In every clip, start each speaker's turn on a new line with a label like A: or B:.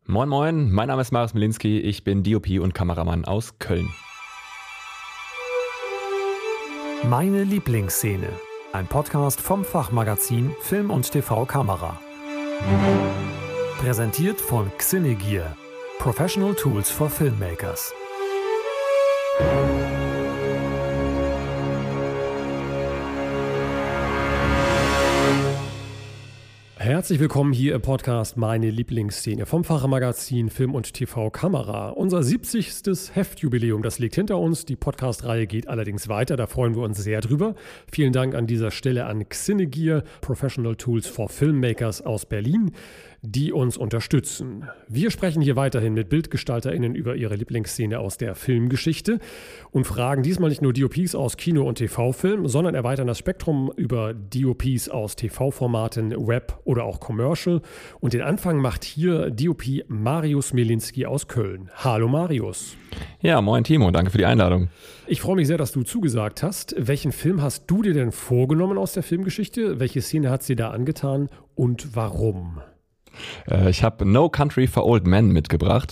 A: Moin Moin, mein Name ist Marius Milinski, ich bin DOP und Kameramann aus Köln.
B: Meine Lieblingsszene, ein Podcast vom Fachmagazin Film und TV Kamera. Präsentiert von Cinegear, Professional Tools for Filmmakers.
C: Herzlich willkommen hier im Podcast Meine Lieblingsszene vom Fachmagazin Film und TV Kamera. Unser 70. Heftjubiläum, das liegt hinter uns. Die Podcast-Reihe geht allerdings weiter, da freuen wir uns sehr drüber. Vielen Dank an dieser Stelle an Cinegear, Professional Tools for Filmmakers aus Berlin, die uns unterstützen. Wir sprechen hier weiterhin mit BildgestalterInnen über ihre Lieblingsszene aus der Filmgeschichte und fragen diesmal nicht nur DOPs aus Kino- und TV-Film, sondern erweitern das Spektrum über DOPs aus TV-Formaten, Web oder auch Commercial. Und den Anfang macht hier DOP Marius Milinski aus Köln. Hallo Marius.
A: Ja, moin Timo, danke für die Einladung.
C: Ich freue mich sehr, dass du zugesagt hast. Welchen Film hast du dir denn vorgenommen aus der Filmgeschichte? Welche Szene hat es dir da angetan und warum?
A: Ich habe No Country for Old Men mitgebracht.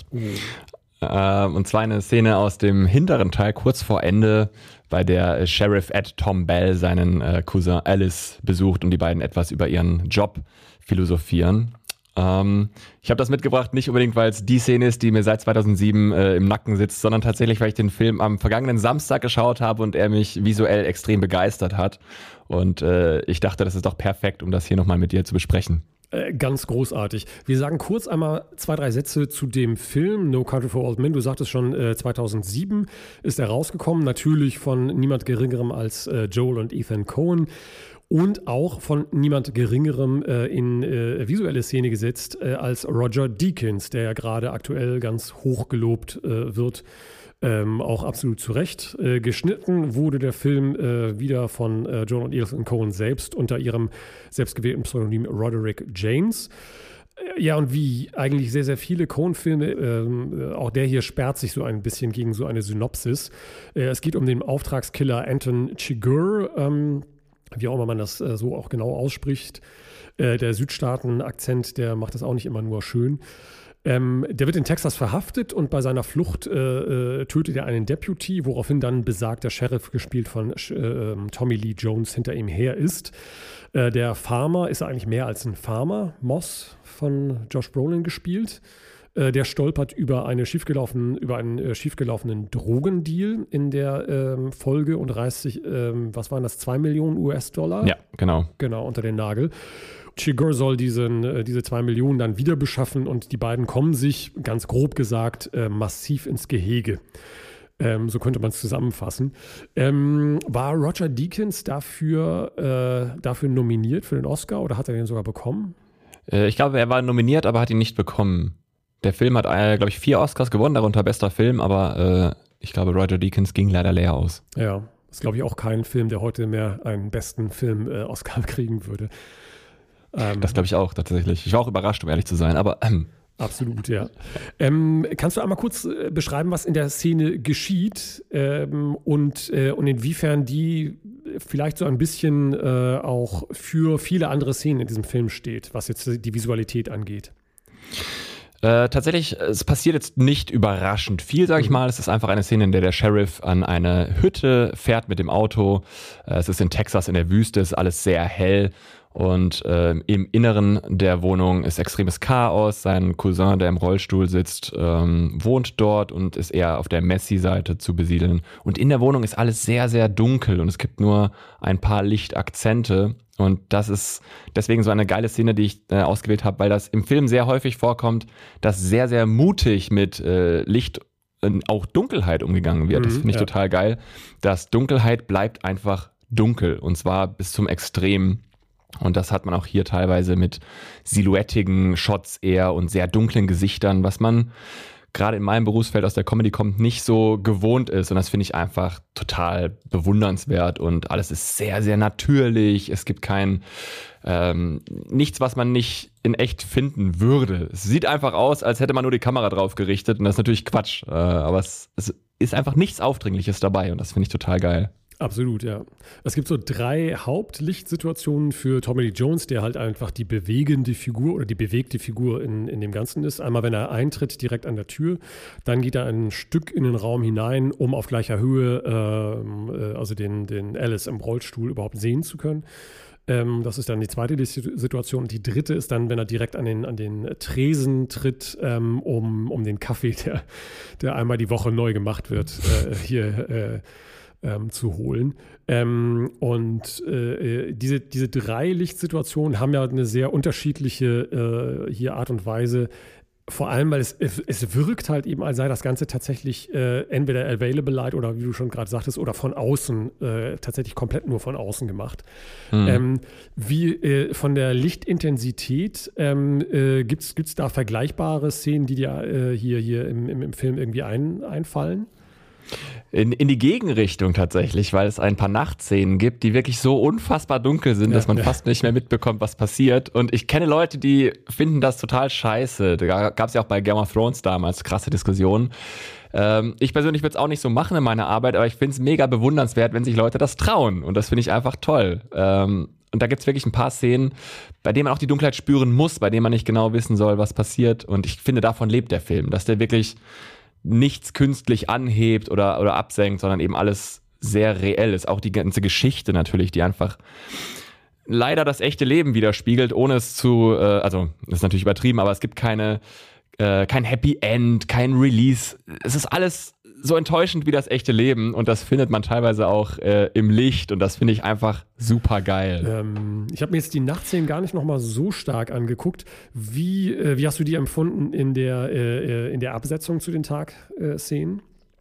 A: Und zwar eine Szene aus dem hinteren Teil, kurz vor Ende, bei der Sheriff Ed Tom Bell seinen Cousin Alice besucht und die beiden etwas über ihren Job philosophieren. Ich habe das mitgebracht, nicht unbedingt, weil es die Szene ist, die mir seit 2007 im Nacken sitzt, sondern tatsächlich, weil ich den Film am vergangenen Samstag geschaut habe und er mich visuell extrem begeistert hat. Und ich dachte, das ist doch perfekt, um das hier nochmal mit dir zu besprechen.
C: Ganz großartig. Wir sagen kurz einmal 2, 3 Sätze zu dem Film No Country for Old Men. Du sagtest schon, 2007 ist er rausgekommen. Natürlich von niemand Geringerem als Joel und Ethan Coen. Und auch von niemand Geringerem in visuelle Szene gesetzt als Roger Deakins, der ja gerade aktuell ganz hoch gelobt wird. Auch absolut zu Recht. Geschnitten wurde der Film wieder von Joel und Ethan Coen selbst unter ihrem selbstgewählten Pseudonym Roderick James. Ja, und wie eigentlich sehr, sehr viele Coen-Filme, auch der hier sperrt sich so ein bisschen gegen so eine Synopsis. Es geht um den Auftragskiller Anton Chigurh, wie auch immer man das so auch genau ausspricht. Der Südstaaten-Akzent, der macht das auch nicht immer nur schön. Der wird in Texas verhaftet und bei seiner Flucht tötet er einen Deputy, woraufhin dann besagter Sheriff, gespielt von Tommy Lee Jones, hinter ihm her ist. Der Farmer ist eigentlich mehr als ein Farmer, Moss von Josh Brolin gespielt. Der stolpert über einen schiefgelaufenen Drogendeal in der Folge und reißt sich, was waren das, 2 Millionen US-Dollar?
A: Ja, genau.
C: Genau, unter den Nagel. Chigurh soll diese 2 Millionen dann wieder beschaffen und die beiden kommen sich, ganz grob gesagt, massiv ins Gehege. So könnte man es zusammenfassen. War Roger Deakins dafür nominiert für den Oscar oder hat er den sogar bekommen?
A: Ich glaube, er war nominiert, aber hat ihn nicht bekommen. Der Film hat, glaube ich, 4 Oscars gewonnen, darunter bester Film, aber ich glaube, Roger Deakins ging leider leer aus.
C: Ja, ist, glaube ich, auch kein Film, der heute mehr einen besten Film-Oscar kriegen würde.
A: Das glaube ich auch tatsächlich. Ich war auch überrascht, um ehrlich zu sein, aber
C: absolut, ja. Kannst du einmal kurz beschreiben, was in der Szene geschieht und inwiefern die vielleicht so ein bisschen auch für viele andere Szenen in diesem Film steht, was jetzt die Visualität angeht?
A: Tatsächlich, es passiert jetzt nicht überraschend viel, sage ich mal. Es ist einfach eine Szene, in der der Sheriff an eine Hütte fährt mit dem Auto. Es ist in Texas in der Wüste, ist alles sehr hell. Und im Inneren der Wohnung ist extremes Chaos. Sein Cousin, der im Rollstuhl sitzt, wohnt dort und ist eher auf der Messi-Seite zu besiedeln. Und in der Wohnung ist alles sehr, sehr dunkel und es gibt nur ein paar Lichtakzente. Und das ist deswegen so eine geile Szene, die ich ausgewählt habe, weil das im Film sehr häufig vorkommt, dass sehr, sehr mutig mit Licht und auch Dunkelheit umgegangen wird. Das finde ich total geil. Dass Dunkelheit bleibt einfach dunkel und zwar bis zum Extrem. Und das hat man auch hier teilweise mit silhouettigen Shots eher und sehr dunklen Gesichtern, was man gerade in meinem Berufsfeld aus der Comedy kommt, nicht so gewohnt ist. Und das finde ich einfach total bewundernswert und alles ist sehr, sehr natürlich. Es gibt nichts, was man nicht in echt finden würde. Es sieht einfach aus, als hätte man nur die Kamera drauf gerichtet und das ist natürlich Quatsch. Aber es ist einfach nichts Aufdringliches dabei und das finde ich total geil.
C: Absolut, ja. Es gibt so 3 Hauptlichtsituationen für Tommy Lee Jones, der halt einfach die bewegende Figur oder die bewegte Figur in dem Ganzen ist. Einmal, wenn er eintritt, direkt an der Tür. Dann geht er ein Stück in den Raum hinein, um auf gleicher Höhe, also den Alice im Rollstuhl überhaupt sehen zu können. Das ist dann die zweite Situation. Die dritte ist dann, wenn er direkt an den Tresen tritt, um den Kaffee, der einmal die Woche neu gemacht wird, hier zu holen. Diese 3 Lichtsituationen haben ja eine sehr unterschiedliche hier Art und Weise, vor allem, weil es wirkt halt eben, als sei das Ganze tatsächlich entweder Available Light oder wie du schon gerade sagtest, oder von außen, tatsächlich komplett nur von außen gemacht. Von der Lichtintensität gibt's da vergleichbare Szenen, die dir hier im Film irgendwie einfallen?
A: In die Gegenrichtung tatsächlich, weil es ein paar Nachtszenen gibt, die wirklich so unfassbar dunkel sind, dass man fast nicht mehr mitbekommt, was passiert. Und ich kenne Leute, die finden das total scheiße. Da gab es ja auch bei Game of Thrones damals krasse Diskussionen. Ich persönlich würde es auch nicht so machen in meiner Arbeit, aber ich finde es mega bewundernswert, wenn sich Leute das trauen. Und das finde ich einfach toll. Und da gibt es wirklich ein paar Szenen, bei denen man auch die Dunkelheit spüren muss, bei denen man nicht genau wissen soll, was passiert. Und ich finde, davon lebt der Film, dass der wirklich nichts künstlich anhebt oder absenkt, sondern eben alles sehr reell ist. Auch die ganze Geschichte natürlich, die einfach leider das echte Leben widerspiegelt, ohne es zu, also das ist natürlich übertrieben, aber es gibt kein Happy End, kein Release. Es ist alles so enttäuschend wie das echte Leben und das findet man teilweise auch im Licht und das finde ich einfach super geil.
C: Ich habe mir jetzt die Nachtszenen gar nicht nochmal so stark angeguckt. Wie hast du die empfunden in der Absetzung zu den Tagszenen?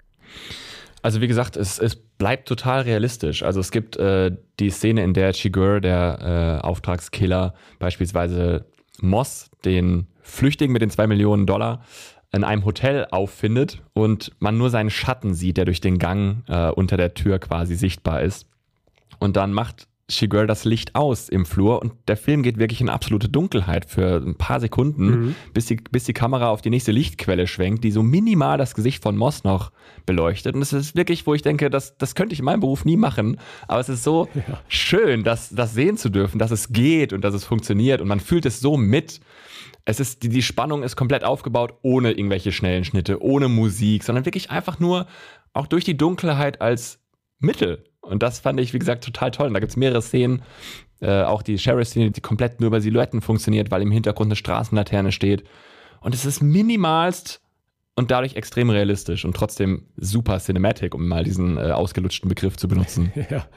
A: Also wie gesagt, es bleibt total realistisch. Also es gibt die Szene, in der Chigurh, der Auftragskiller, beispielsweise Moss, den Flüchtigen mit den $2 Millionen, in einem Hotel auffindet und man nur seinen Schatten sieht, der durch den Gang unter der Tür quasi sichtbar ist. Und dann macht Chigurh das Licht aus im Flur und der Film geht wirklich in absolute Dunkelheit für ein paar Sekunden, bis die Kamera auf die nächste Lichtquelle schwenkt, die so minimal das Gesicht von Moss noch beleuchtet. Und es ist wirklich, wo ich denke, das könnte ich in meinem Beruf nie machen, aber es ist so schön, das sehen zu dürfen, dass es geht und dass es funktioniert und man fühlt es so mit. Es ist, die Spannung ist komplett aufgebaut, ohne irgendwelche schnellen Schnitte, ohne Musik, sondern wirklich einfach nur auch durch die Dunkelheit als Mittel. Und das fand ich, wie gesagt, total toll. Und da gibt es mehrere Szenen, auch die Sheriff-Szene, die komplett nur über Silhouetten funktioniert, weil im Hintergrund eine Straßenlaterne steht. Und es ist minimalst und dadurch extrem realistisch und trotzdem super cinematic, um mal diesen ausgelutschten Begriff zu benutzen.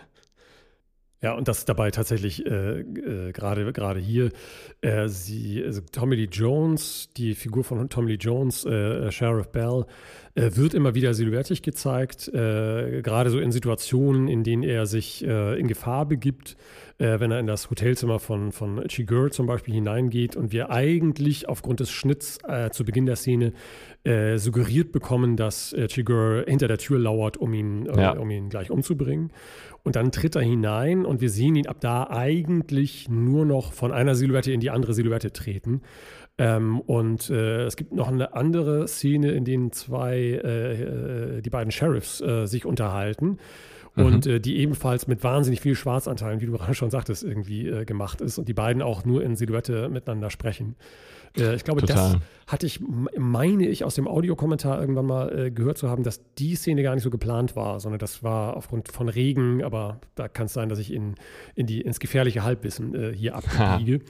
C: Ja, und das ist dabei tatsächlich gerade hier, also Tommy Lee Jones, die Figur von Tommy Lee Jones, Sheriff Bell, wird immer wieder silhouettig gezeigt, gerade so in Situationen, in denen er sich in Gefahr begibt, wenn er in das Hotelzimmer von Chigurh zum Beispiel hineingeht und wir eigentlich aufgrund des Schnitts zu Beginn der Szene suggeriert bekommen, dass Chigurh hinter der Tür lauert, um ihn gleich umzubringen. Und dann tritt er hinein und wir sehen ihn ab da eigentlich nur noch von einer Silhouette in die andere Silhouette treten. Es gibt noch eine andere Szene, in denen die beiden Sheriffs sich unterhalten. Und die ebenfalls mit wahnsinnig viel Schwarzanteilen, wie du gerade schon sagtest, irgendwie gemacht ist. Und die beiden auch nur in Silhouette miteinander sprechen. Ich glaube,
A: Total.
C: Das meine ich, aus dem Audiokommentar irgendwann mal gehört zu haben, dass die Szene gar nicht so geplant war, sondern das war aufgrund von Regen, aber da kann es sein, dass ich ins gefährliche Halbwissen hier abbiege.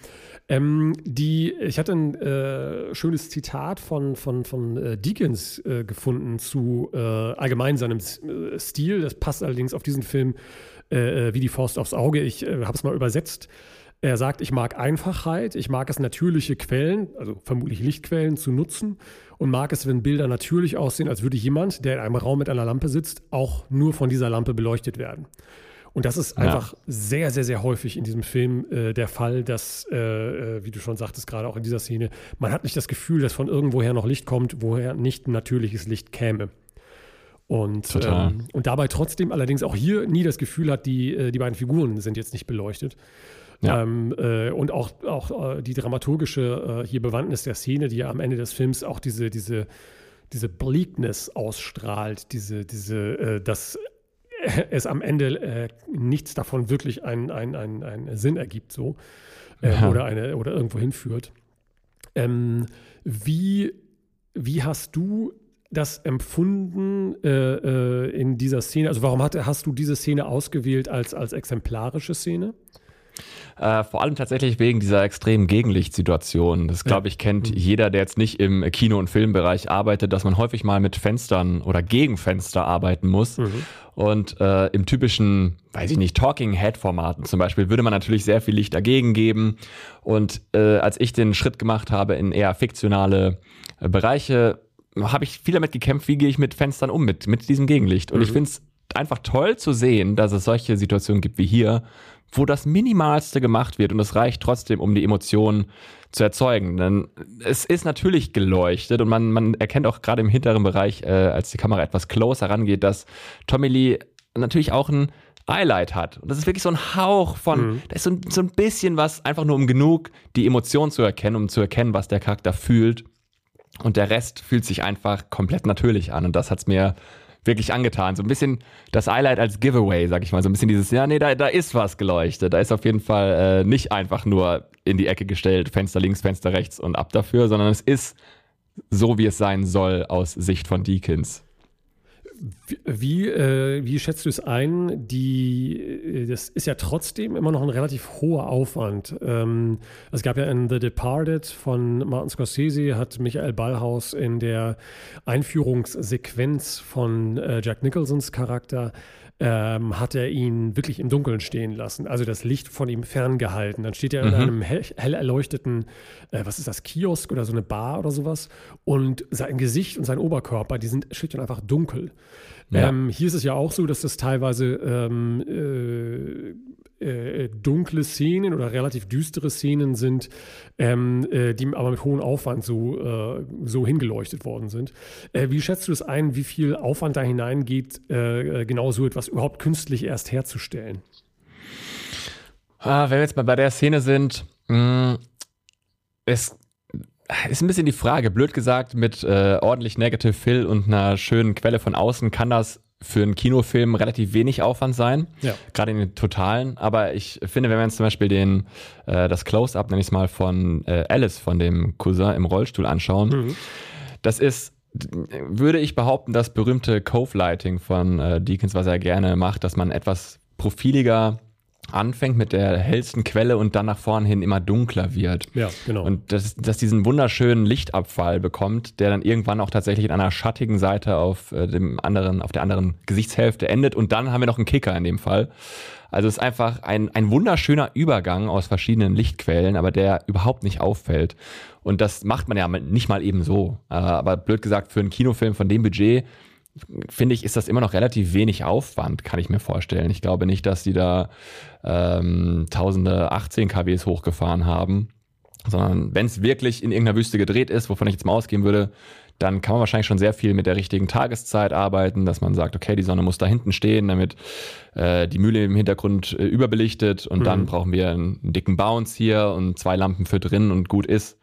C: Ich hatte ein schönes Zitat von Deakins gefunden zu allgemein seinem Stil. Das passt allerdings auf diesen Film wie die Faust aufs Auge. Ich habe es mal übersetzt. Er sagt, ich mag Einfachheit, ich mag es, natürliche Quellen, also vermutlich Lichtquellen, zu nutzen und mag es, wenn Bilder natürlich aussehen, als würde jemand, der in einem Raum mit einer Lampe sitzt, auch nur von dieser Lampe beleuchtet werden. Und das ist einfach sehr, sehr, sehr häufig in diesem Film der Fall, dass, wie du schon sagtest, gerade auch in dieser Szene, man hat nicht das Gefühl, dass von irgendwoher noch Licht kommt, woher nicht natürliches Licht käme. Und dabei trotzdem allerdings auch hier nie das Gefühl hat, die beiden Figuren sind jetzt nicht beleuchtet. Ja. Und auch die dramaturgische hier Bewandtnis der Szene, die ja am Ende des Films auch diese Bleakness ausstrahlt, dass es am Ende nichts davon wirklich einen Sinn ergibt so oder irgendwo hinführt. Wie hast du das empfunden in dieser Szene? Also warum hast du diese Szene ausgewählt als exemplarische Szene?
A: Vor allem tatsächlich wegen dieser extremen Gegenlichtsituation. Das, glaube ich, kennt jeder, der jetzt nicht im Kino- und Filmbereich arbeitet, dass man häufig mal mit Fenstern oder gegen Fenster arbeiten muss. Und im typischen, weiß ich nicht, Talking-Head-Formaten zum Beispiel würde man natürlich sehr viel Licht dagegen geben. Und als ich den Schritt gemacht habe in eher fiktionale Bereiche, habe ich viel damit gekämpft, wie gehe ich mit Fenstern um, mit diesem Gegenlicht. Und ich finde es einfach toll zu sehen, dass es solche Situationen gibt wie hier, wo das Minimalste gemacht wird und es reicht trotzdem, um die Emotionen zu erzeugen. Denn es ist natürlich geleuchtet und man erkennt auch gerade im hinteren Bereich, als die Kamera etwas closer rangeht, dass Tommy Lee natürlich auch ein Highlight hat. Und das ist wirklich so ein Hauch von, da ist so ein bisschen was, einfach nur um genug die Emotion zu erkennen, um zu erkennen, was der Charakter fühlt. Und der Rest fühlt sich einfach komplett natürlich an. Und das hat's mir wirklich angetan. So ein bisschen das Highlight als Giveaway, sag ich mal. So ein bisschen dieses, ja, nee, da ist was geleuchtet. Da ist auf jeden Fall nicht einfach nur in die Ecke gestellt, Fenster links, Fenster rechts und ab dafür, sondern es ist so, wie es sein soll aus Sicht von Deakins.
C: Wie schätzt du es ein? Das ist ja trotzdem immer noch ein relativ hoher Aufwand. Es gab ja in The Departed von Martin Scorsese, hat Michael Ballhaus in der Einführungssequenz von Jack Nicholsons Charakter hat er ihn wirklich im Dunkeln stehen lassen, also das Licht von ihm ferngehalten. Dann steht er in einem hell erleuchteten, was ist das, Kiosk oder so eine Bar oder sowas, und sein Gesicht und sein Oberkörper, die sind schlicht und einfach dunkel. Ja. Hier ist es ja auch so, dass das teilweise dunkle Szenen oder relativ düstere Szenen sind, die aber mit hohem Aufwand so hingeleuchtet worden sind. Wie schätzt du es ein, wie viel Aufwand da hineingeht, genau so etwas überhaupt künstlich erst herzustellen?
A: Wenn wir jetzt mal bei der Szene sind, es ist ein bisschen die Frage, blöd gesagt, mit ordentlich Negative Fill und einer schönen Quelle von außen kann das für einen Kinofilm relativ wenig Aufwand sein, gerade in den Totalen. Aber ich finde, wenn wir uns zum Beispiel das Close-Up, nenne ich es mal, von Alice, von dem Cousin im Rollstuhl anschauen, das ist, würde ich behaupten, das berühmte Cove-Lighting von Deakins, was er gerne macht, dass man etwas profiliger anfängt mit der hellsten Quelle und dann nach vorn hin immer dunkler wird.
C: Ja, genau.
A: Und dass diesen wunderschönen Lichtabfall bekommt, der dann irgendwann auch tatsächlich in einer schattigen Seite auf der anderen Gesichtshälfte endet. Und dann haben wir noch einen Kicker in dem Fall. Also es ist einfach ein wunderschöner Übergang aus verschiedenen Lichtquellen, aber der überhaupt nicht auffällt. Und das macht man ja nicht mal eben so. Aber blöd gesagt, für einen Kinofilm von dem Budget, finde ich, ist das immer noch relativ wenig Aufwand, kann ich mir vorstellen. Ich glaube nicht, dass die da tausende 18 kWs hochgefahren haben, sondern wenn es wirklich in irgendeiner Wüste gedreht ist, wovon ich jetzt mal ausgehen würde, dann kann man wahrscheinlich schon sehr viel mit der richtigen Tageszeit arbeiten, dass man sagt, okay, die Sonne muss da hinten stehen, damit die Mühle im Hintergrund überbelichtet und dann brauchen wir einen dicken Bounce hier und 2 Lampen für drin und gut ist.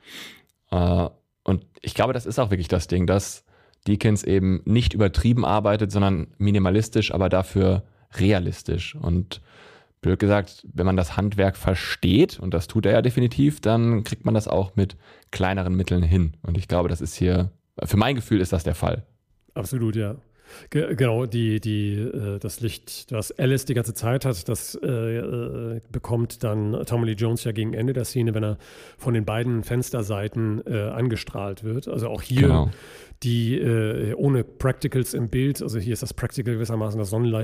A: Und ich glaube, das ist auch wirklich das Ding, dass Deakins eben nicht übertrieben arbeitet, sondern minimalistisch, aber dafür realistisch. Und blöd gesagt, wenn man das Handwerk versteht, und das tut er ja definitiv, dann kriegt man das auch mit kleineren Mitteln hin. Und ich glaube, das ist hier, für mein Gefühl ist das der Fall.
C: Absolut, ja. Genau, das Licht, das Alice die ganze Zeit hat, das bekommt dann Tommy Lee Jones ja gegen Ende der Szene, wenn er von den beiden Fensterseiten angestrahlt wird. Also auch hier die ohne Practicals im Bild, also hier ist das Practical gewissermaßen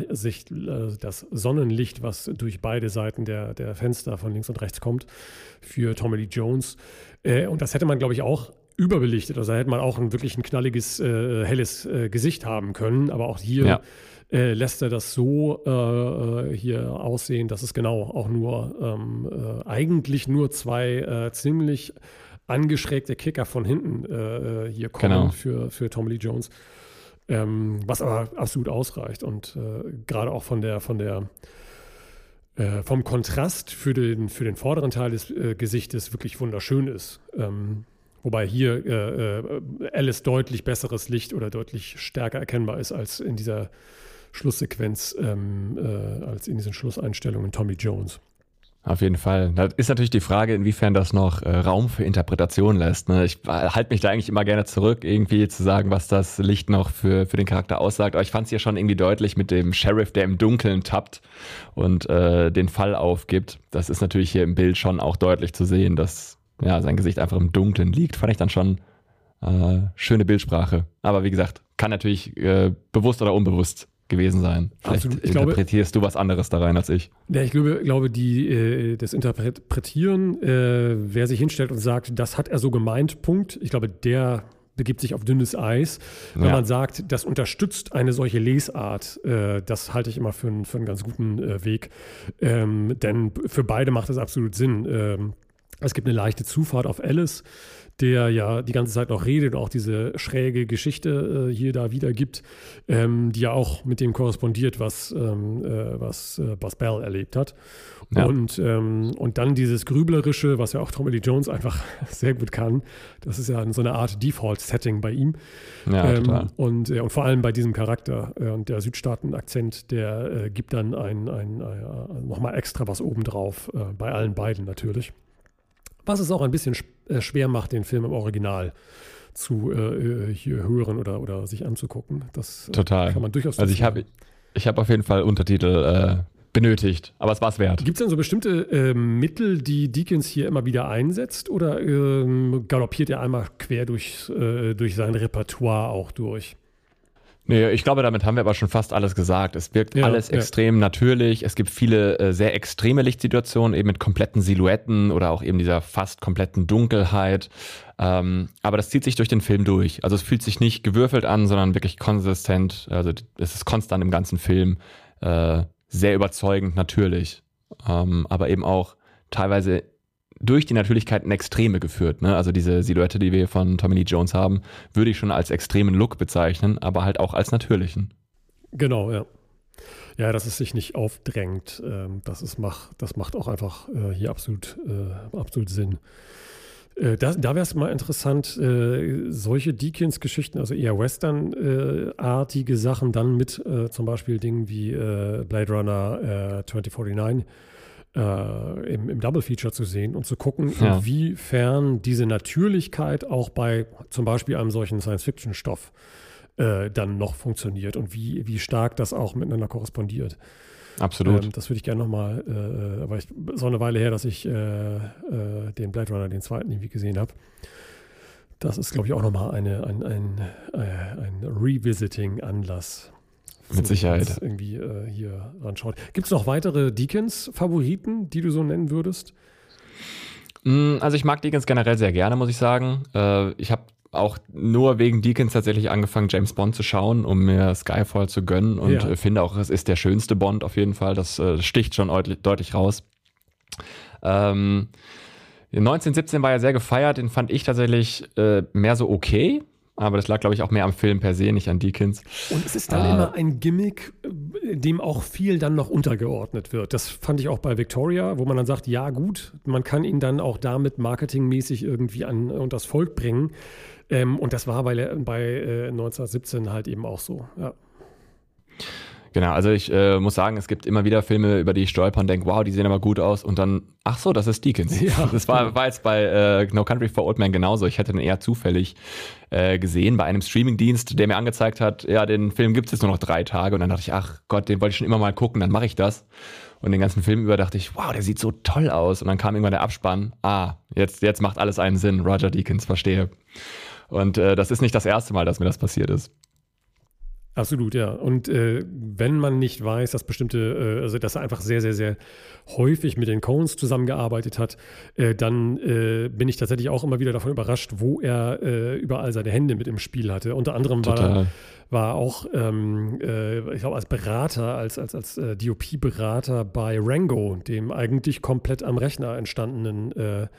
C: das Sonnenlicht, was durch beide Seiten der Fenster von links und rechts kommt, für Tommy Lee Jones. Und das hätte man, glaube ich, auch überbelichtet. Also da hätte man auch wirklich ein knalliges, helles Gesicht haben können. Aber auch hier lässt er das so hier aussehen, dass es genau auch nur eigentlich nur 2 ziemlich angeschrägte Kicker von hinten hier kommen für Tommy Lee Jones. Was aber absolut ausreicht. Und gerade auch vom Kontrast für den vorderen Teil des Gesichtes wirklich wunderschön ist. Wobei hier Alice deutlich besseres Licht oder deutlich stärker erkennbar ist als in dieser Schlusssequenz, als in diesen Schlusseinstellungen Tommy Jones.
A: Auf jeden Fall. Da ist natürlich die Frage, inwiefern das noch Raum für Interpretation lässt. Ne? Ich halte mich da eigentlich immer gerne zurück, irgendwie zu sagen, was das Licht noch für den Charakter aussagt. Aber ich fand es hier schon irgendwie deutlich mit dem Sheriff, der im Dunkeln tappt und den Fall aufgibt. Das ist natürlich hier im Bild schon auch deutlich zu sehen, dass sein Gesicht einfach im Dunkeln liegt. Fand ich dann schon schöne Bildsprache. Aber wie gesagt, kann natürlich bewusst oder unbewusst gewesen sein. Vielleicht interpretierst du was anderes da rein als ich.
C: Ja, ich glaube, das Interpretieren, wer sich hinstellt und sagt, das hat er so gemeint, Punkt. Ich glaube, der begibt sich auf dünnes Eis. Wenn man sagt, das unterstützt eine solche Lesart, das halte ich immer für einen ganz guten Weg. Denn für beide macht es absolut Sinn. Es gibt eine leichte Zufahrt auf Alice, der ja die ganze Zeit noch redet und auch diese schräge Geschichte hier da wiedergibt, die ja auch mit dem korrespondiert, was Buzz Bell erlebt hat. Ja. Und dann dieses Grüblerische, was ja auch Tommy Lee Jones einfach sehr gut kann. Das ist ja so eine Art Default-Setting bei ihm.
A: Ja, total.
C: Und vor allem bei diesem Charakter. Und der Südstaaten-Akzent, der gibt dann nochmal extra was obendrauf, bei allen beiden natürlich. Was es auch ein bisschen schwer macht, den Film im Original zu hier hören oder sich anzugucken. Das
A: total.
C: Kann man durchaus
A: Also ich hab auf jeden Fall Untertitel benötigt, aber es war es wert.
C: Gibt es denn so bestimmte Mittel, die Deakins hier immer wieder einsetzt oder galoppiert er einmal quer durch sein Repertoire auch durch?
A: Nee, ich glaube, damit haben wir aber schon fast alles gesagt. Es wirkt alles extrem natürlich. Es gibt viele sehr extreme Lichtsituationen, eben mit kompletten Silhouetten oder auch eben dieser fast kompletten Dunkelheit. Aber das zieht sich durch den Film durch. Also es fühlt sich nicht gewürfelt an, sondern wirklich konsistent. Also es ist konstant im ganzen Film sehr überzeugend natürlich. Aber eben auch teilweise durch die Natürlichkeit in Extreme geführt. Ne? Also diese Silhouette, die wir von Tommy Lee Jones haben, würde ich schon als extremen Look bezeichnen, aber halt auch als natürlichen.
C: Genau, ja. Ja, dass es sich nicht aufdrängt, das macht auch einfach hier absolut Sinn. Da wäre es mal interessant, solche Deakins-Geschichten, also eher Western-artige Sachen, dann mit zum Beispiel Dingen wie Blade Runner 2049 im Double Feature zu sehen und zu gucken, inwiefern diese Natürlichkeit auch bei zum Beispiel einem solchen Science-Fiction-Stoff dann noch funktioniert und wie stark das auch miteinander korrespondiert.
A: Absolut.
C: Das würde ich gerne nochmal, aber so eine Weile her, dass ich den Blade Runner, den zweiten, irgendwie gesehen habe. Das ist, glaube ich, auch nochmal ein Revisiting-Anlass.
A: Mit Sicherheit.
C: Irgendwie hier anschaut. Gibt es noch weitere Deakins-Favoriten, die du so nennen würdest?
A: Also ich mag Deakins generell sehr gerne, muss ich sagen. Ich habe auch nur wegen Deakins tatsächlich angefangen, James Bond zu schauen, um mir Skyfall zu gönnen und finde auch, es ist der schönste Bond auf jeden Fall. Das sticht schon deutlich raus. 1917 war ja sehr gefeiert, den fand ich tatsächlich mehr so okay. Aber das lag, glaube ich, auch mehr am Film per se, nicht an Deakins.
C: Und es ist dann immer ein Gimmick, dem auch viel dann noch untergeordnet wird. Das fand ich auch bei Victoria, wo man dann sagt, ja gut, man kann ihn dann auch damit marketingmäßig irgendwie und das Volk bringen. Und das war bei 1917 halt eben auch so, ja.
A: Genau, also ich muss sagen, es gibt immer wieder Filme, über die ich stolper und denke, wow, die sehen aber gut aus und dann, ach so, das ist Deakins. Ja. Das war jetzt bei No Country for Old Men genauso. Ich hätte den eher zufällig gesehen bei einem Streamingdienst, der mir angezeigt hat, ja, den Film gibt es jetzt nur noch 3 Tage und dann dachte ich, ach Gott, den wollte ich schon immer mal gucken, dann mache ich das. Und den ganzen Film über dachte ich, wow, der sieht so toll aus. Und dann kam irgendwann der Abspann, jetzt macht alles einen Sinn, Roger Deakins, verstehe. Und das ist nicht das erste Mal, dass mir das passiert ist.
C: Absolut, ja. Und wenn man nicht weiß, dass dass er einfach sehr, sehr, sehr häufig mit den Coens zusammengearbeitet hat, dann bin ich tatsächlich auch immer wieder davon überrascht, wo er überall seine Hände mit im Spiel hatte. Unter anderem war auch, ich glaube, als Berater, als DOP-Berater bei Rango, dem eigentlich komplett am Rechner entstandenen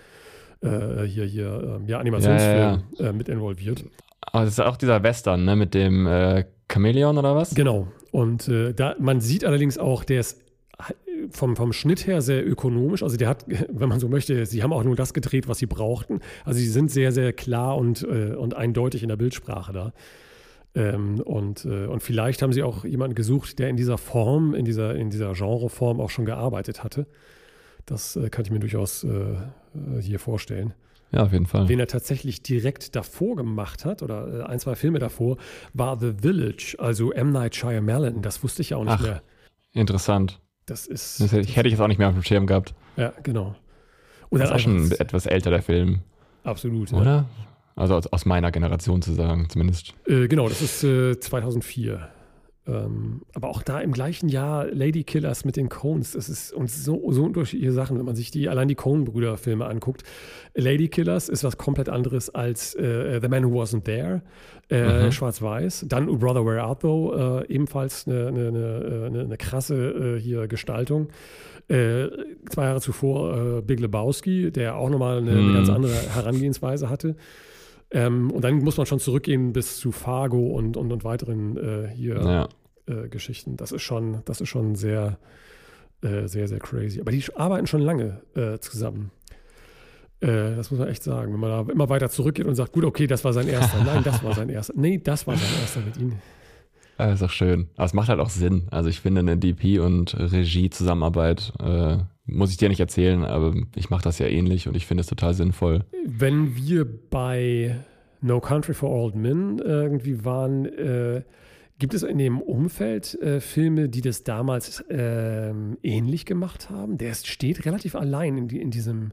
C: Animationsfilm mit involviert.
A: Aber das ist auch dieser Western, ne, mit dem Chamäleon oder was?
C: Genau. Und man sieht allerdings auch, der ist vom Schnitt her sehr ökonomisch. Also der hat, wenn man so möchte, sie haben auch nur das gedreht, was sie brauchten. Also sie sind sehr, sehr klar und eindeutig in der Bildsprache da. Und vielleicht haben sie auch jemanden gesucht, der in dieser Form, in dieser Genreform auch schon gearbeitet hatte. Das kann ich mir durchaus hier vorstellen.
A: Ja, auf jeden Fall.
C: Wen er tatsächlich direkt davor gemacht hat, oder 1, 2 Filme davor, war The Village, also M. Night Shyamalan. Das wusste ich ja auch nicht mehr.
A: Interessant.
C: Das
A: hätte ich jetzt auch nicht mehr auf dem Schirm gehabt.
C: Ja, genau.
A: Und das ist auch schon etwas älter, der Film.
C: Absolut.
A: Oder? Ja. Also aus meiner Generation zu sagen, zumindest.
C: Genau, das ist 2004. Aber auch da im gleichen Jahr Lady Killers mit den Coens. Das ist uns so unterschiedliche Sachen, wenn man sich allein die Coen-Brüder-Filme anguckt. Lady Killers ist was komplett anderes als The Man Who Wasn't There, schwarz-weiß. Dann Oh Brother, Where Art Thou, ebenfalls eine krasse hier Gestaltung. 2 Jahre zuvor Big Lebowski, der auch nochmal eine ganz andere Herangehensweise hatte. Und dann muss man schon zurückgehen bis zu Fargo und weiteren Geschichten. Das ist schon sehr, sehr, sehr crazy. Aber die arbeiten schon lange zusammen. Das muss man echt sagen. Wenn man da immer weiter zurückgeht und sagt, gut, okay, das war sein erster. Nein, das war sein erster. Nee, das war sein erster mit ihm.
A: Das ist auch schön. Aber es macht halt auch Sinn. Also ich finde eine DP- und Regie-Zusammenarbeit, muss ich dir nicht erzählen, aber ich mache das ja ähnlich und ich finde es total sinnvoll.
C: Wenn wir bei No Country for Old Men irgendwie waren, gibt es in dem Umfeld Filme, die das damals ähnlich gemacht haben? Der steht relativ allein in diesem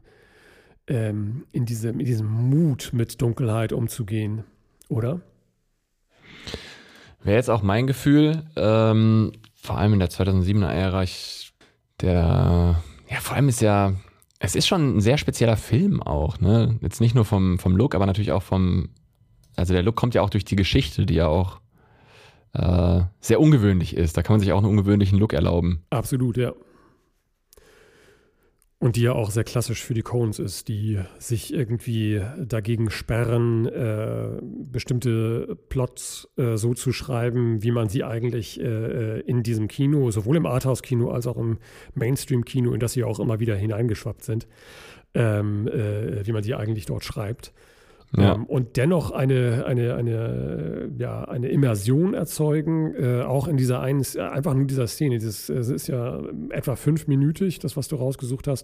C: Mut, mit Dunkelheit umzugehen, oder?
A: Wäre jetzt auch mein Gefühl, vor allem in der 2007er-Ära, vor allem es ist schon ein sehr spezieller Film auch, ne? Jetzt nicht nur vom Look, aber natürlich auch also der Look kommt ja auch durch die Geschichte, die ja auch sehr ungewöhnlich ist. Da kann man sich auch einen ungewöhnlichen Look erlauben.
C: Absolut, ja. Und die ja auch sehr klassisch für die Coens ist, die sich irgendwie dagegen sperren, bestimmte Plots so zu schreiben, wie man sie eigentlich in diesem Kino, sowohl im Arthouse-Kino als auch im Mainstream-Kino, in das sie auch immer wieder hineingeschwappt sind, wie man sie eigentlich dort schreibt.
A: Ja.
C: Und dennoch eine Immersion erzeugen, auch in dieser einfach nur dieser Szene. Es ist ja etwa 5-minütig, das, was du rausgesucht hast.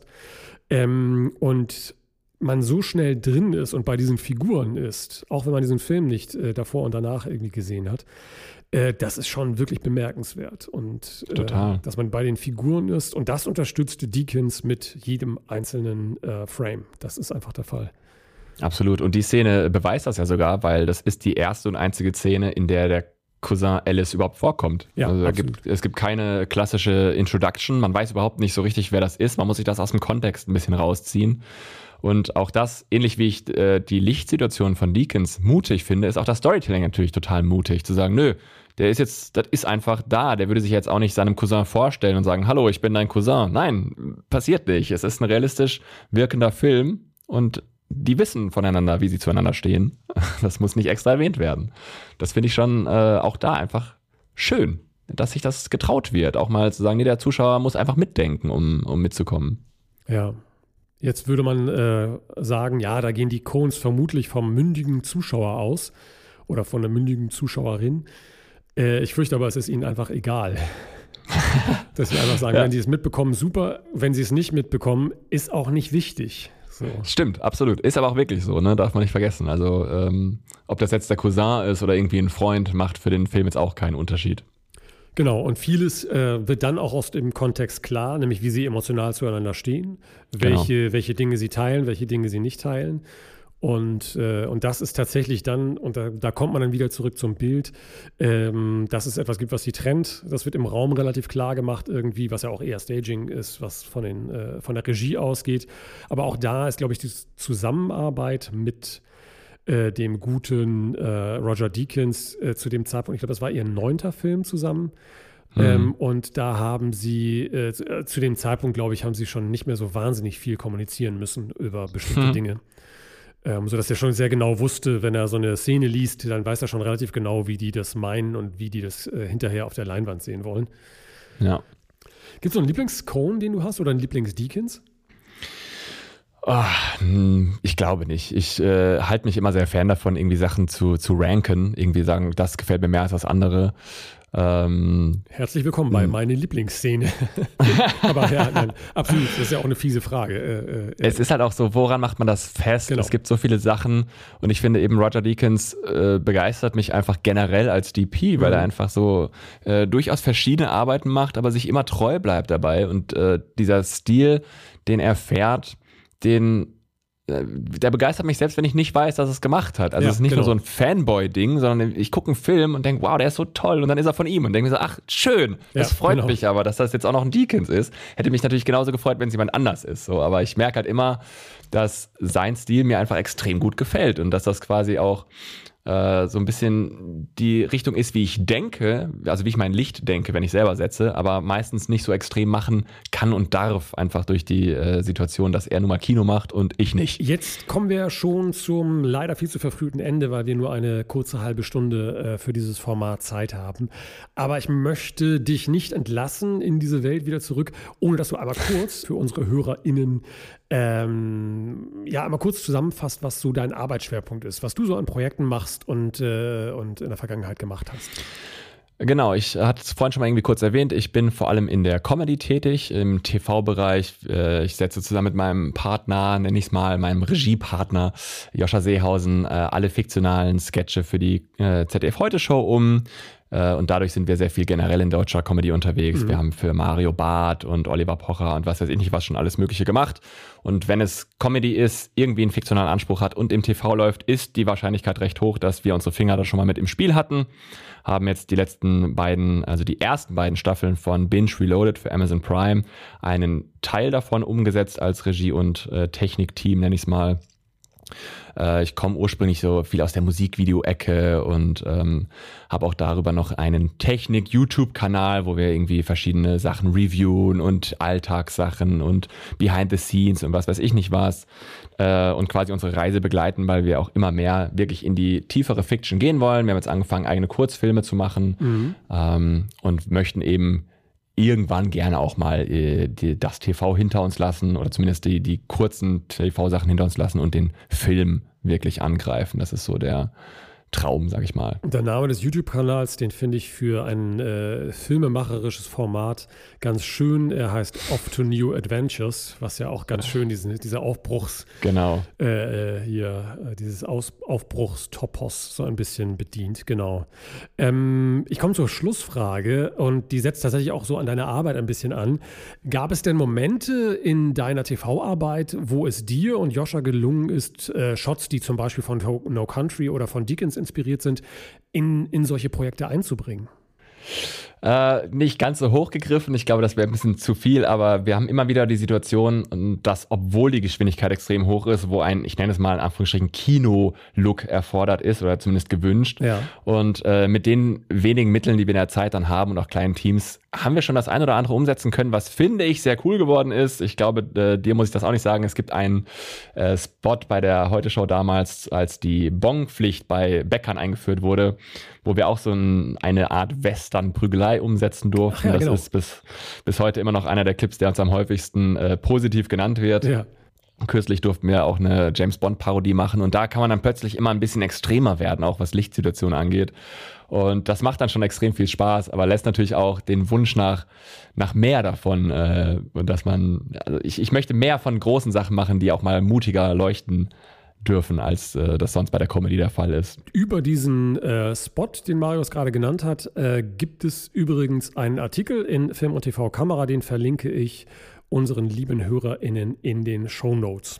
C: Und man so schnell drin ist und bei diesen Figuren ist, auch wenn man diesen Film nicht davor und danach irgendwie gesehen hat, das ist schon wirklich bemerkenswert. Und
A: total.
C: Dass man bei den Figuren ist. Und das unterstützte Deakins mit jedem einzelnen Frame. Das ist einfach der Fall.
A: Absolut. Und die Szene beweist das ja sogar, weil das ist die erste und einzige Szene, in der Cousin Alice überhaupt vorkommt.
C: Ja,
A: also es gibt keine klassische Introduction. Man weiß überhaupt nicht so richtig, wer das ist. Man muss sich das aus dem Kontext ein bisschen rausziehen. Und auch das, ähnlich wie ich die Lichtsituation von Deakins mutig finde, ist auch das Storytelling natürlich total mutig. Zu sagen, nö, das ist einfach da. Der würde sich jetzt auch nicht seinem Cousin vorstellen und sagen, hallo, ich bin dein Cousin. Nein, passiert nicht. Es ist ein realistisch wirkender Film und die wissen voneinander, wie sie zueinander stehen. Das muss nicht extra erwähnt werden. Das finde ich schon auch da einfach schön, dass sich das getraut wird. Auch mal zu sagen, nee, der Zuschauer muss einfach mitdenken, um mitzukommen.
C: Ja, jetzt würde man sagen, ja, da gehen die Coens vermutlich vom mündigen Zuschauer aus oder von einer mündigen Zuschauerin. Ich fürchte aber, es ist ihnen einfach egal. Dass sie einfach sagen, wenn sie es mitbekommen, super. Wenn sie es nicht mitbekommen, ist auch nicht wichtig. So.
A: Stimmt, absolut. Ist aber auch wirklich so, ne? Darf man nicht vergessen. Also ob das jetzt der Cousin ist oder irgendwie ein Freund, macht für den Film jetzt auch keinen Unterschied.
C: Genau, und vieles wird dann auch aus dem Kontext klar, nämlich wie sie emotional zueinander stehen, welche Dinge sie teilen, welche Dinge sie nicht teilen. Und das ist tatsächlich dann, und da kommt man dann wieder zurück zum Bild, dass es etwas gibt, was sie trennt. Das wird im Raum relativ klar gemacht irgendwie, was ja auch eher Staging ist, was von der Regie ausgeht. Aber auch da ist, glaube ich, die Zusammenarbeit mit dem guten Roger Deakins zu dem Zeitpunkt, ich glaube, das war ihr 9. Film zusammen. Und da haben sie, zu dem Zeitpunkt, glaube ich, haben sie schon nicht mehr so wahnsinnig viel kommunizieren müssen über bestimmte Dinge. Sodass er schon sehr genau wusste, wenn er so eine Szene liest, dann weiß er schon relativ genau, wie die das meinen und wie die das hinterher auf der Leinwand sehen wollen.
A: Ja.
C: Gibt es noch einen Lieblings-Coen, den du hast, oder einen Lieblings-Deakins?
A: Ich glaube nicht. Ich halte mich immer sehr fern davon, irgendwie Sachen zu ranken, irgendwie sagen, das gefällt mir mehr als das andere.
C: Herzlich willkommen bei meine Lieblingsszene. Aber ja, nein, absolut, das ist ja auch eine fiese Frage.
A: Es ist halt auch so, woran macht man das fest?
C: Genau.
A: Es gibt so viele Sachen und ich finde eben Roger Deakins begeistert mich einfach generell als DP, weil er einfach so durchaus verschiedene Arbeiten macht, aber sich immer treu bleibt dabei und dieser Stil, den er fährt, der begeistert mich selbst, wenn ich nicht weiß, dass er es gemacht hat. Also es ist nicht nur so ein Fanboy-Ding, sondern ich gucke einen Film und denke, wow, der ist so toll und dann ist er von ihm und denke mir so, ach, schön, das freut mich aber, dass das jetzt auch noch ein Deakins ist. Hätte mich natürlich genauso gefreut, wenn es jemand anders ist. So, aber ich merke halt immer, dass sein Stil mir einfach extrem gut gefällt und dass das quasi auch so ein bisschen die Richtung ist, wie ich denke, also wie ich mein Licht denke, wenn ich selber setze, aber meistens nicht so extrem machen kann und darf, einfach durch die Situation, dass er nun mal Kino macht und ich nicht.
C: Jetzt kommen wir schon zum leider viel zu verfrühten Ende, weil wir nur eine kurze halbe Stunde für dieses Format Zeit haben. Aber ich möchte dich nicht entlassen in diese Welt wieder zurück, ohne dass du aber kurz für unsere HörerInnen einmal kurz zusammenfasst, was so dein Arbeitsschwerpunkt ist, was du so an Projekten machst und in der Vergangenheit gemacht hast.
A: Genau, ich hatte es vorhin schon mal irgendwie kurz erwähnt, ich bin vor allem in der Comedy tätig, im TV-Bereich. Ich setze zusammen mit meinem Partner, nenne ich es mal, meinem Regiepartner Joscha Seehausen, alle fiktionalen Sketche für die ZDF-Heute-Show um. Und dadurch sind wir sehr viel generell in deutscher Comedy unterwegs. Wir haben für Mario Barth und Oliver Pocher und was weiß ich nicht was schon alles Mögliche gemacht. Und wenn es Comedy ist, irgendwie einen fiktionalen Anspruch hat und im TV läuft, ist die Wahrscheinlichkeit recht hoch, dass wir unsere Finger da schon mal mit im Spiel hatten. Haben jetzt die ersten beiden Staffeln von Binge Reloaded für Amazon Prime einen Teil davon umgesetzt als Regie- und Technikteam, nenne ich es mal. Ich komme ursprünglich so viel aus der Musikvideo-Ecke und habe auch darüber noch einen Technik-YouTube-Kanal, wo wir irgendwie verschiedene Sachen reviewen und Alltagssachen und Behind the Scenes und was weiß ich nicht was und quasi unsere Reise begleiten, weil wir auch immer mehr wirklich in die tiefere Fiction gehen wollen. Wir haben jetzt angefangen, eigene Kurzfilme zu machen und möchten eben irgendwann gerne auch mal das TV hinter uns lassen oder zumindest die kurzen TV-Sachen hinter uns lassen und den Film wirklich angreifen. Das ist so der Traum, sag ich mal.
C: Der Name des YouTube-Kanals, den finde ich für ein filmemacherisches Format ganz schön. Er heißt Off to New Adventures, was ja auch ganz schön dieser Aufbruchs,
A: genau.
C: Dieses Aufbruchstopos so ein bisschen bedient, genau. Ich komme zur Schlussfrage und die setzt tatsächlich auch so an deine Arbeit ein bisschen an. Gab es denn Momente in deiner TV-Arbeit, wo es dir und Joscha gelungen ist, Shots, die zum Beispiel von No Country oder von Deakins inspiriert sind, in solche Projekte einzubringen?
A: Nicht ganz so hochgegriffen, ich glaube, das wäre ein bisschen zu viel, aber wir haben immer wieder die Situation, dass obwohl die Geschwindigkeit extrem hoch ist, wo ein, ich nenne es mal in Anführungsstrichen, Kino-Look erfordert ist oder zumindest gewünscht und mit den wenigen Mitteln, die wir in der Zeit dann haben und auch kleinen Teams, haben wir schon das ein oder andere umsetzen können, was finde ich sehr cool geworden ist. Ich glaube, dir muss ich das auch nicht sagen, es gibt einen Spot bei der Heute-Show damals, als die Bong-Pflicht bei Bäckern eingeführt wurde, wo wir auch so eine Art Western-Prügelei umsetzen durften. Das ist bis heute immer noch einer der Clips, der uns am häufigsten positiv genannt wird. Ja. Kürzlich durften wir auch eine James-Bond-Parodie machen und da kann man dann plötzlich immer ein bisschen extremer werden, auch was Lichtsituationen angeht. Und das macht dann schon extrem viel Spaß, aber lässt natürlich auch den Wunsch nach mehr davon. Und dass ich möchte mehr von großen Sachen machen, die auch mal mutiger leuchten dürfen, als das sonst bei der Comedy der Fall ist.
C: Über diesen Spot, den Marius gerade genannt hat, gibt es übrigens einen Artikel in Film und TV Kamera, den verlinke ich unseren lieben HörerInnen in den Shownotes.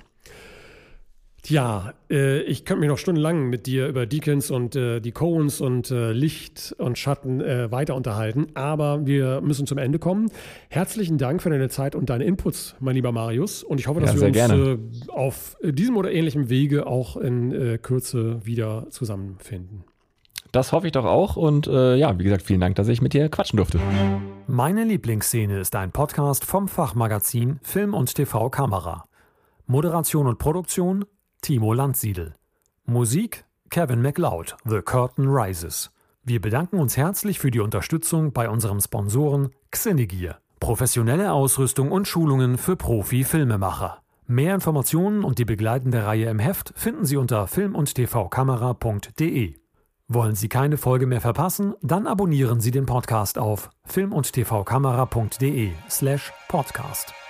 C: Ja, ich könnte mich noch stundenlang mit dir über Deakins und die Coens und Licht und Schatten weiter unterhalten, aber wir müssen zum Ende kommen. Herzlichen Dank für deine Zeit und deine Inputs, mein lieber Marius. Und ich hoffe, dass wir uns auf diesem oder ähnlichem Wege auch in Kürze wieder zusammenfinden.
A: Das hoffe ich doch auch und wie gesagt, vielen Dank, dass ich mit dir quatschen durfte.
B: Meine Lieblingsszene ist ein Podcast vom Fachmagazin Film und TV Kamera. Moderation und Produktion Timo Landsiedel. Musik Kevin MacLeod, The Curtain Rises. Wir bedanken uns herzlich für die Unterstützung bei unserem Sponsoren Xinegear. Professionelle Ausrüstung und Schulungen für Profi-Filmemacher. Mehr Informationen und die begleitende Reihe im Heft finden Sie unter filmundtvkamera.de. Wollen Sie keine Folge mehr verpassen? Dann abonnieren Sie den Podcast auf filmundtvkamera.de/podcast.